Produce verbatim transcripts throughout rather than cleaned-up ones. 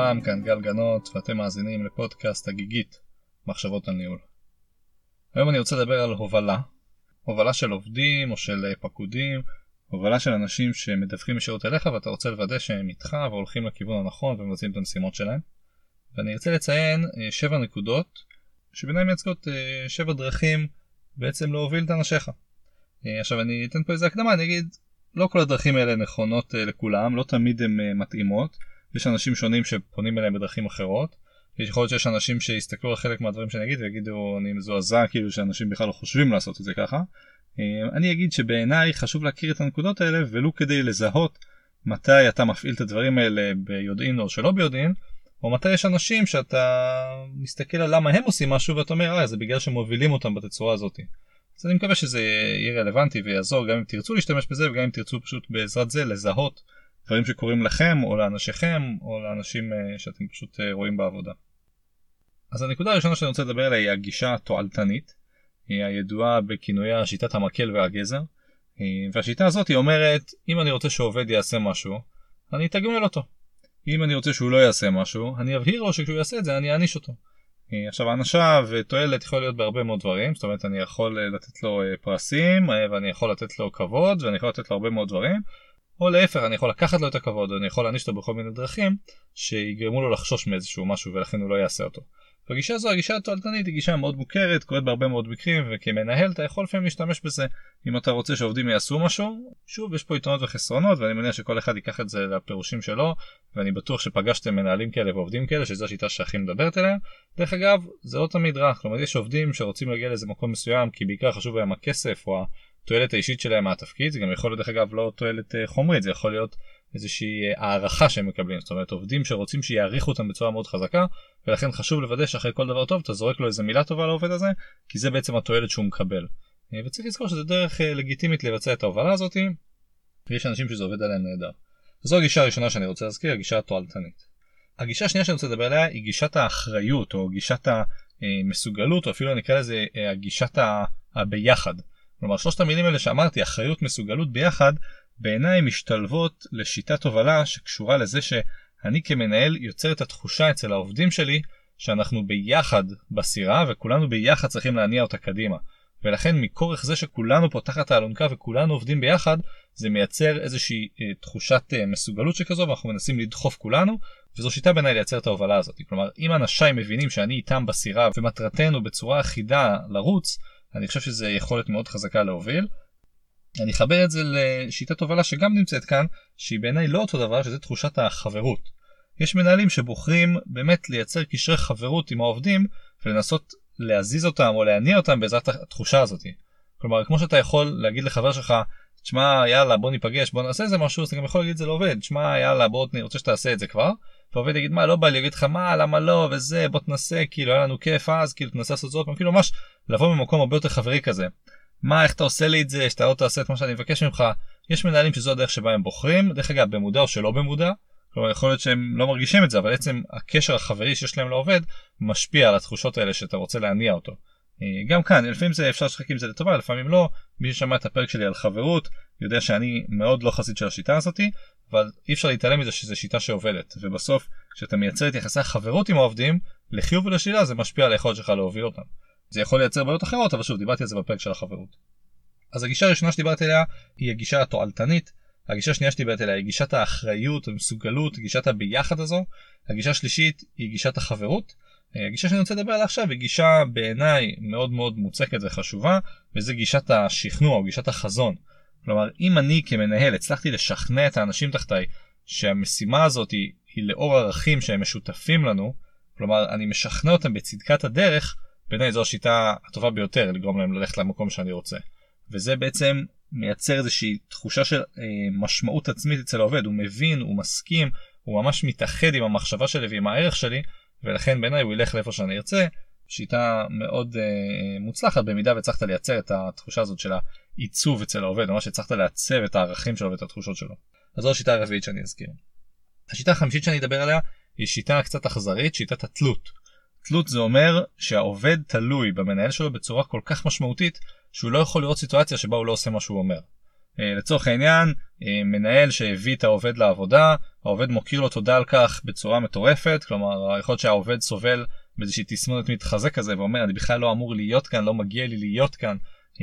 שלום, כאן גל גנות, ואתם מאזינים לפודקאסט הגיגית, מחשבות על ניהול. היום אני רוצה לדבר על הובלה, הובלה של עובדים או של פקודים, הובלה של אנשים שמדווחים ישירות אליך ואתה רוצה לוודא שהם איתך והולכים לכיוון הנכון ומבצעים את המשימות שלהם. ואני רוצה לציין שבע נקודות, שבעיניי מייצגות שבע דרכים בעצם להוביל את אנשיך. עכשיו אני אתן פה איזה הקדמה, אני אגיד, לא כל הדרכים האלה נכונות לכולם, לא תמיד הן מתאימות. יש אנשים שונים שפונים אליהם בדרכים אחרות. יש יכול להיות שיש אנשים שיסתכלו על חלק מהדברים שאני אגיד ויגידו, אני מזועזע כאילו שאנשים בכלל לא חושבים לעשות את זה ככה. אני אגיד שבעיניי חשוב להכיר את הנקודות האלה, ולו כדי לזהות מתי אתה מפעיל את הדברים האלה ביודעין או שלא ביודעין, או מתי יש אנשים שאתה מסתכל על למה הם עושים משהו ואתה אומר, אה, זה בגלל שמובילים אותם בתצורה הזאת. אז אני מקווה שזה יהיה רלוונטי ויעזור גם אם תרצו להשתמש בזה וגם אם תרצו פשוט בעזרת זה לזהות דברים שקורים לכם או לאנשיכם או לאנשים שאתם פשוט רואים בעבודה. אז הנקודה הראשונה שאני רוצה לדבר עליה היא הגישה התועלתנית, היא הידועה בכינויה שיטת המקל והגזר, והשיטה הזאת היא אומרת, אם אני רוצה שעובד יעשה משהו, אני אתגמל אותו. אם אני רוצה שהוא לא יעשה משהו, אני אבהיר לו שכשהוא יעשה את זה אני אעניש אותו. עכשיו האנשה ותועלת יכול להיות בהרבה מאוד דברים, זאת אומרת אני יכול לתת לו פרסים ואני יכול לתת לו כבוד ואני יכול לתת לו הרבה מאוד דברים, או להפך אני יכול לקחת לו את הכבוד ואני יכול להעניש אותו בכל מיני דרכים שיגרמו לו לחשוש מאיזשהו משהו ולכן הוא לא יעשה אותו. והגישה הזו, הגישה התועלתנית, היא גישה מאוד מוכרת, קורית בהרבה מאוד מקרים, וכמנהל אתה יכול לפעמים להשתמש בזה אם אתה רוצה שעובדים יעשו משהו. שוב, יש פה יתרונות וחסרונות, ואני מניח שכל אחד ייקח את זה לפירושים שלו, ואני בטוח שפגשתם מנהלים כאלה ועובדים כאלה, שזו השיטה שהכי מדברת עליה. דרך אגב, זה לא תמיד רע, כלומר יש עובדים שרוצים להגיע לאיזה מקום מסוים, כי בעיקר חשוב להם הכסף או התועלת האישית שלהם מהתפקיד. זה גם יכול להיות, דרך אגב, לא תועלת חומרית, זה יכול להיות איזושהי הערכה שהם מקבלים. זאת אומרת, עובדים שרוצים שיעריכו אותם בצורה מאוד חזקה, ולכן חשוב לוודא שאחרי כל דבר טוב אתה זורק לו איזה מילה טובה לעובד הזה, כי זה בעצם התועלת שהוא מקבל. וצריך לזכור שזה דרך לגיטימית לבצע את ההובלה הזאת, ויש אנשים שזה עובד עליהם נהדר. זו הגישה הראשונה שאני רוצה להזכיר, הגישה התועלתנית. הגישה השנייה שאני רוצה לדבר עליה היא גישת האחריות, או גישת המסוגלות, או אפילו נקרא לזה הגישת הביחד. כלומר, שלושת המילים האלה שאמרתי, אחריות, מסוגלות, ביחד, בעיניי משתלבות לשיטת הובלה שקשורה לזה שאני כמנהל יוצר את התחושה אצל העובדים שלי שאנחנו ביחד בסירה וכולנו ביחד צריכים להניע אותה קדימה. ולכן מכורך זה שכולנו פה תחת האלונקה וכולנו עובדים ביחד, זה מייצר איזושהי אה, תחושת אה, מסוגלות שכזו, ואנחנו מנסים לדחוף כולנו, וזו שיטה בעיניי לייצר את ההובלה הזאת. כלומר, אם אנשי מבינים שאני איתם בסירה ומטרתנו בצורה אחידה לרוץ, אני חושב שזה יכולת מאוד חזקה להוביל. אני אחבר את זה לשיטת הובלה שגם נמצאת כאן, שהיא בעיניי לא אותו דבר, שזה תחושת החברות. יש מנהלים שבוחרים באמת לייצר קשרי חברות עם העובדים, ולנסות להזיז אותם או להניע אותם בעזרת התחושה הזאת. כלומר, כמו שאתה יכול להגיד לחבר שלך, תשמע, יאללה, בוא ניפגש, בוא נעשה איזה משהו, אז אתה גם יכול להגיד את זה לעובד, תשמע, יאללה, בוא, אני רוצה שתעשה את זה כבר. והעובד יגיד, מה, לא בא לי, יגיד לך, מה, למה לא, וזה, בוא תנסה, כאילו, היה לנו כיף אז, כאילו, תנסה לעשות זאת, כאילו, ממש לבוא ממקום הרבה יותר חברי כזה. מה, איך אתה עושה לי את זה, שאתה לא תעשה את מה שאני מבקש ממך. יש מנהלים שזו הדרך שבה הם בוחרים, דרך אגב, במודע או שלא במודע, כלומר, יכול להיות שהם לא מרגישים את זה, אבל בעצם הקשר החברי שיש להם לעובד משפיע על התחושות האלה שאתה רוצה להניע אותו. גם כאן, לפעמים זה אפשר לשחק עם זה לטובה, לפעמים לא. מי ששמע את הפרק שלי על חברות, יודע שאני מאוד לא חסיד של השיטה הזאת, אבל אי אפשר להתעלם מזה שזו שיטה שעובדת. ובסוף, כשאתה מייצר את יחסי החברות עם העובדים, לחיוב ולשלילה זה משפיע על היכולת שלך להוביל אותם. זה יכול לייצר בעיות אחרות, אבל שוב, דיברתי על זה בפרק של החברות. אז הגישה הראשונה שדיברתי עליה היא הגישה התועלתנית. הגישה השנייה שדיברתי עליה היא גישת האחריות, המסוגלות, גישת הביחד הזו. הגישה השלישית היא גישת החברות. הגישה שאני רוצה לדבר עליה עכשיו היא גישה בעיניי מאוד מאוד מוצקת וחשובה, וזה גישת השכנוע או גישת החזון. כלומר, אם אני כמנהל הצלחתי לשכנע את האנשים תחתיי שהמשימה הזאת היא, היא לאור ערכים שהם משותפים לנו, כלומר, אני משכנע אותם בצדקת הדרך, בעיניי זו השיטה הטובה ביותר לגרום להם ללכת למקום שאני רוצה. וזה בעצם מייצר איזושהי תחושה של אה, משמעות עצמית אצל העובד. הוא מבין, הוא מסכים, הוא ממש מתאחד עם המחשבה שלי ועם הערך שלי, ולכן בעיניי הוא ילך לאיפה שאני ארצה. שיטה מאוד אה, מוצלחת במידה והצלחת לייצר את התחושה הזאת של העיצוב אצל העובד, ממש הצלחת לעצב את הערכים שלו ואת התחושות שלו. אז זו השיטה הרביעית שאני אזכיר. השיטה החמישית שאני אדבר עליה היא שיטה קצת אכזרית, שיטת התלות. תלות זה אומר שהעובד תלוי במנהל שלו בצורה כל כך משמעותית שהוא לא יכול לראות סיטואציה שבה הוא לא עושה מה שהוא אומר. לצורך העניין, מנהל שהביא את העובד לעבודה, העובד מוקיר לו תודה על כך בצורה מטורפת, כלומר, יכול להיות שהעובד סובל באיזושהי תסמונת מתחזק כזה, ואומר, אני בכלל לא אמור להיות כאן, לא מגיע לי להיות כאן,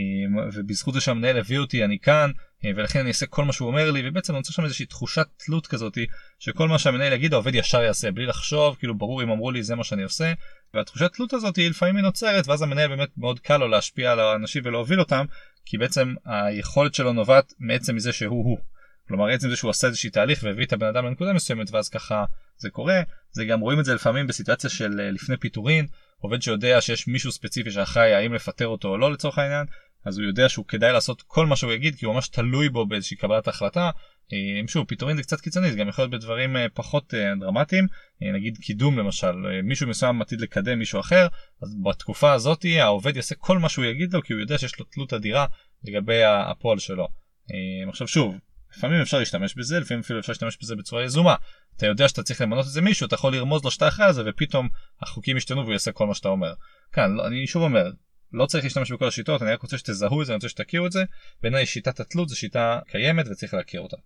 ובזכות זה שהמנהל הביא אותי, אני כאן, ולכן אני אעשה כל מה שהוא אומר לי, ובעצם אני רוצה שם איזושהי תחושת תלות כזאת, שכל מה שהמנהל יגיד, העובד ישר יעשה, בלי לחשוב, כאילו ברור אם אמרו לי זה מה שאני עושה, והתחושת תלות הזאת היא לפעמים היא נוצרת, ואז המנהל באמת מאוד קל לו להשפיע על האנשים ולהוביל אותם, כי בעצם היכולת שלו נובעת מעצם מזה שהוא הוא. כלומר, עצם זה שהוא עושה איזושהי תהליך והביא את הבן אדם לנקודה מסוימת, ואז ככה זה קורה. זה גם רואים את זה לפעמים בסיטואציה של לפני פיטורין, עובד שיודע שיש מישהו ספציפי שאחראי האם לפטר אותו או לא לצורך העניין, אז הוא יודע שהוא כדאי לעשות כל מה שהוא יגיד, כי הוא ממש תלוי בו באיזושהי קבלת החלטה. שוב, פיטורין זה קצת קיצוני, זה גם יכול להיות בדברים פחות דרמטיים, נגיד קידום למשל, מישהו מסוים עתיד לקדם מישהו אחר, אז בתקופה הזאת העובד יעשה כל מה שהוא יגיד לו, כי הוא יודע שיש לו תלות אדירה לגבי הפועל שלו. עכשיו שוב, לפעמים אפשר להשתמש בזה, לפעמים אפילו אפשר להשתמש בזה בצורה יזומה. אתה יודע שאתה צריך למנות איזה מישהו, אתה יכול לרמוז לו שאתה אחרי על זה, ופתאום החוקים ישתנו והוא יעשה כל מה שאתה אומר. כאן, אני שוב אומר, לא צריך להשתמש בכל השיטות, אני רק רוצה שתזהו את זה, אני רוצה שתכירו את זה. בעיניי שיטת התלות זו שיטה קיימת וצריך להכיר אותה.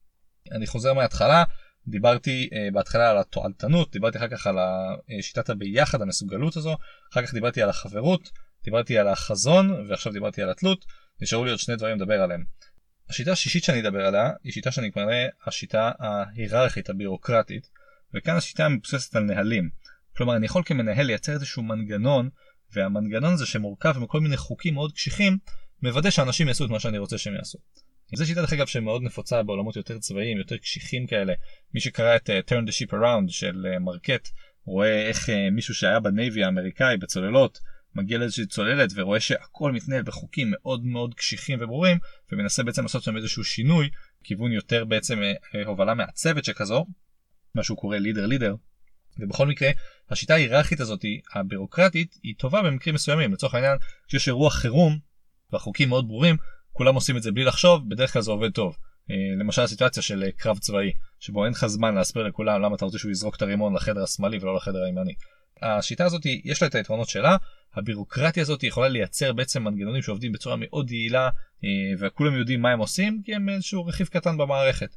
אני חוזר מההתחלה, דיברתי uh, בהתחלה על התועלתנות, דיברתי אחר כך על שיטת הביחד, המסוגלות הזו, אחר כך דיברתי על החברות, דיברתי על החזון, ועכשיו דיברתי על התלות. נשארו לי עוד שני דברים לדבר עליהם. השיטה השישית שאני אדבר עליה, היא שיטה שאני קורא השיטה ההיררכית, הבירוקרטית, וכאן השיטה מבוססת על נהלים. כלומר, אני יכול כמנהל לייצר איזשהו מנגנון, והמנגנון הזה שמורכב מכל מיני חוקים מאוד קשיחים, מוודא שאנשים יעשו את מה שאני רוצה שהם יעשו. זו שיטה דרך אגב שמאוד נפוצה בעולמות יותר צבאיים, יותר קשיחים כאלה. מי שקרא את uh, Turn the Ship Around של uh, מרקט, רואה איך uh, מישהו שהיה בנייבי האמריקאי בצוללות, מגיע לאיזושהי צוללת ורואה שהכל מתנהל בחוקים מאוד מאוד קשיחים וברורים, ומנסה בעצם לעשות שם איזשהו שינוי, כיוון יותר בעצם uh, הובלה מעצבת שכזו, מה שהוא קורא לידר לידר. ובכל מקרה, השיטה ההיררכית הזאת, הבירוקרטית, היא טובה במקרים מסוימים. לצורך העניין, כשיש אירוע חירום, והחוקים מאוד ברורים, כולם עושים את זה בלי לחשוב, בדרך כלל זה עובד טוב. למשל הסיטואציה של קרב צבאי, שבו אין לך זמן להסביר לכולם למה אתה רוצה שהוא יזרוק את הרימון לחדר השמאלי ולא לחדר הימני. השיטה הזאת, יש לה את היתרונות שלה, הבירוקרטיה הזאת יכולה לייצר בעצם מנגנונים שעובדים בצורה מאוד יעילה, וכולם יודעים מה הם עושים, כי הם איזשהו רכיב קטן במערכת.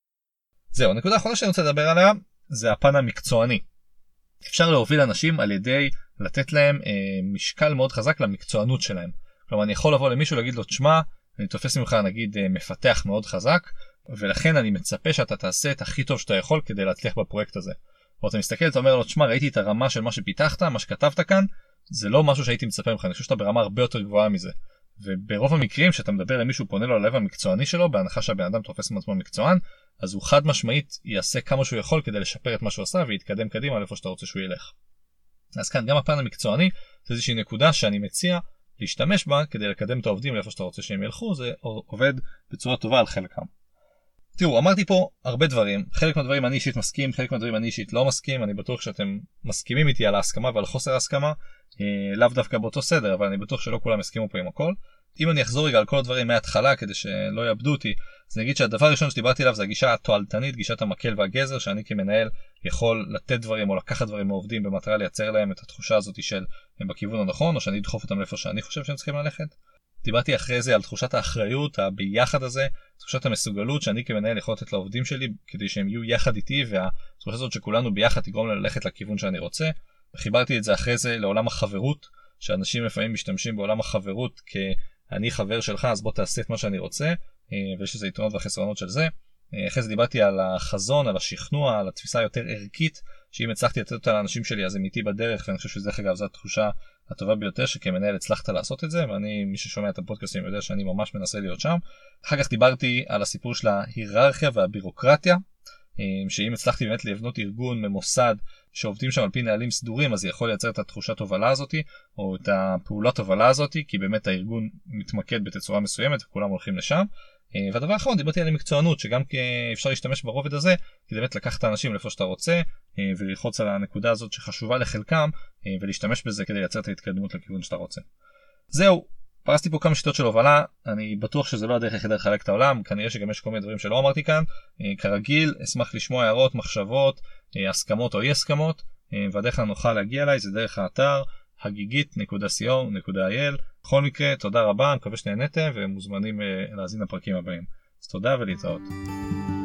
זהו, הנקודה האחרונה שאני רוצה לדבר עליה, זה הפן המקצועני. אפשר להוביל אנשים על ידי לתת להם אה, משקל מאוד חזק למקצוענות שלהם. כלומר, אני יכול לבוא למישהו להגיד לו, תשמע, אני תופס ממך נגיד אה, מפתח מאוד חזק, ולכן אני מצפה שאתה תעשה את הכי טוב שאתה יכול כדי להצליח בפרויקט הזה. או אתה מסתכל, אתה אומר לו, תשמע, ראיתי את הרמה של מה שפיתחת, מה שכתבת כאן, זה לא משהו שהייתי מצפה ממך, אני חושב שאתה ברמה הרבה יותר גבוהה מזה. וברוב המקרים שאתה מדבר למישהו פונה לו ללב המקצועני שלו, בהנחה שהבן אדם תופס מעצמו מקצוען, אז הוא חד משמעית יעשה כמה שהוא יכול כדי לשפר את מה שהוא עשה ויתקדם קדימה לאיפה שאתה רוצה שהוא ילך. אז כאן גם הפן המקצועני זה איזושהי נקודה שאני מציע להשתמש בה כדי לקדם את העובדים לאיפה שאתה רוצה שהם ילכו, זה עובד בצורה טובה על חלקם. תראו, אמרתי פה הרבה דברים, חלק מהדברים אני אישית מסכים, חלק מהדברים אני אישית לא מסכים, אני בטוח שאתם מסכימים איתי על ההסכמה ועל חוסר ההסכמה, אה, לאו דווקא באותו סדר, אבל אני בטוח שלא כולם הסכימו פה עם הכל. אם אני אחזור רגע על כל הדברים מההתחלה כדי שלא יאבדו אותי, אז נגיד שהדבר הראשון שדיברתי עליו זה הגישה התועלתנית, גישת המקל והגזר, שאני כמנהל יכול לתת דברים או לקחת דברים מעובדים במטרה לייצר להם את התחושה הזאת של הם בכיוון הנכון, או שאני אדחוף אותם לאיפה שאני חושב שהם צריכים ללכת. דיברתי אחרי זה על תחושת האחריות, הביחד הזה, תחושת המסוגלות שאני כמנהל יכול לתת לעובדים שלי כדי שהם יהיו יחד איתי, והתחושה הזאת שכולנו ביחד תגרום ללכת לכיוון שאני רוצה. חיברתי את זה אחרי זה לעולם החברות, שאנשים לפעמים משתמשים בעולם החברות כ"אני חבר שלך אז בוא תעשה את מה שאני רוצה", ויש איזה יתרונות והחסרונות של זה. אחרי זה דיברתי על החזון, על השכנוע, על התפיסה היותר ערכית, שאם הצלחתי לתת אותה לאנשים שלי אז הם איתי בדרך, ואני חושב שזה אגב זו התחושה הטובה ביותר שכמנהל הצלחת לעשות את זה, ואני, מי ששומע את הפודקאסטים יודע שאני ממש מנסה להיות שם. אחר כך דיברתי על הסיפור של ההיררכיה והבירוקרטיה, שאם הצלחתי באמת לבנות ארגון ממוסד שעובדים שם על פי נהלים סדורים, אז יכול לייצר את התחושת הובלה הזאת, או את הפעולת הובלה הזאת, כי באמת הארגון מתמקד בתצורה מסוימת וכולם הולכים לשם. והדבר האחרון, דיברתי על המקצוענות, שגם אפשר להשתמש ברובד הזה, כדי באמת לקחת את האנשים לאיפה שאתה רוצה, וללחוץ על הנקודה הזאת שחשובה לחלקם, ולהשתמש בזה כדי לייצר את ההתקדמות לכיוון שאתה רוצה. זהו, פרסתי פה כמה שיטות של הובלה, אני בטוח שזה לא הדרך היחידה לחלק את העולם, כנראה שגם יש כל מיני דברים שלא אמרתי כאן. כרגיל, אשמח לשמוע הערות, מחשבות, הסכמות או אי הסכמות, והדרך הנוחה להגיע אליי זה דרך האתר הגיגית נקודה סי או נקודה איי אל. בכל מקרה, תודה רבה, אני מקווה שנהנתם ומוזמנים להאזין לפרקים הבאים. אז תודה ולהתראות.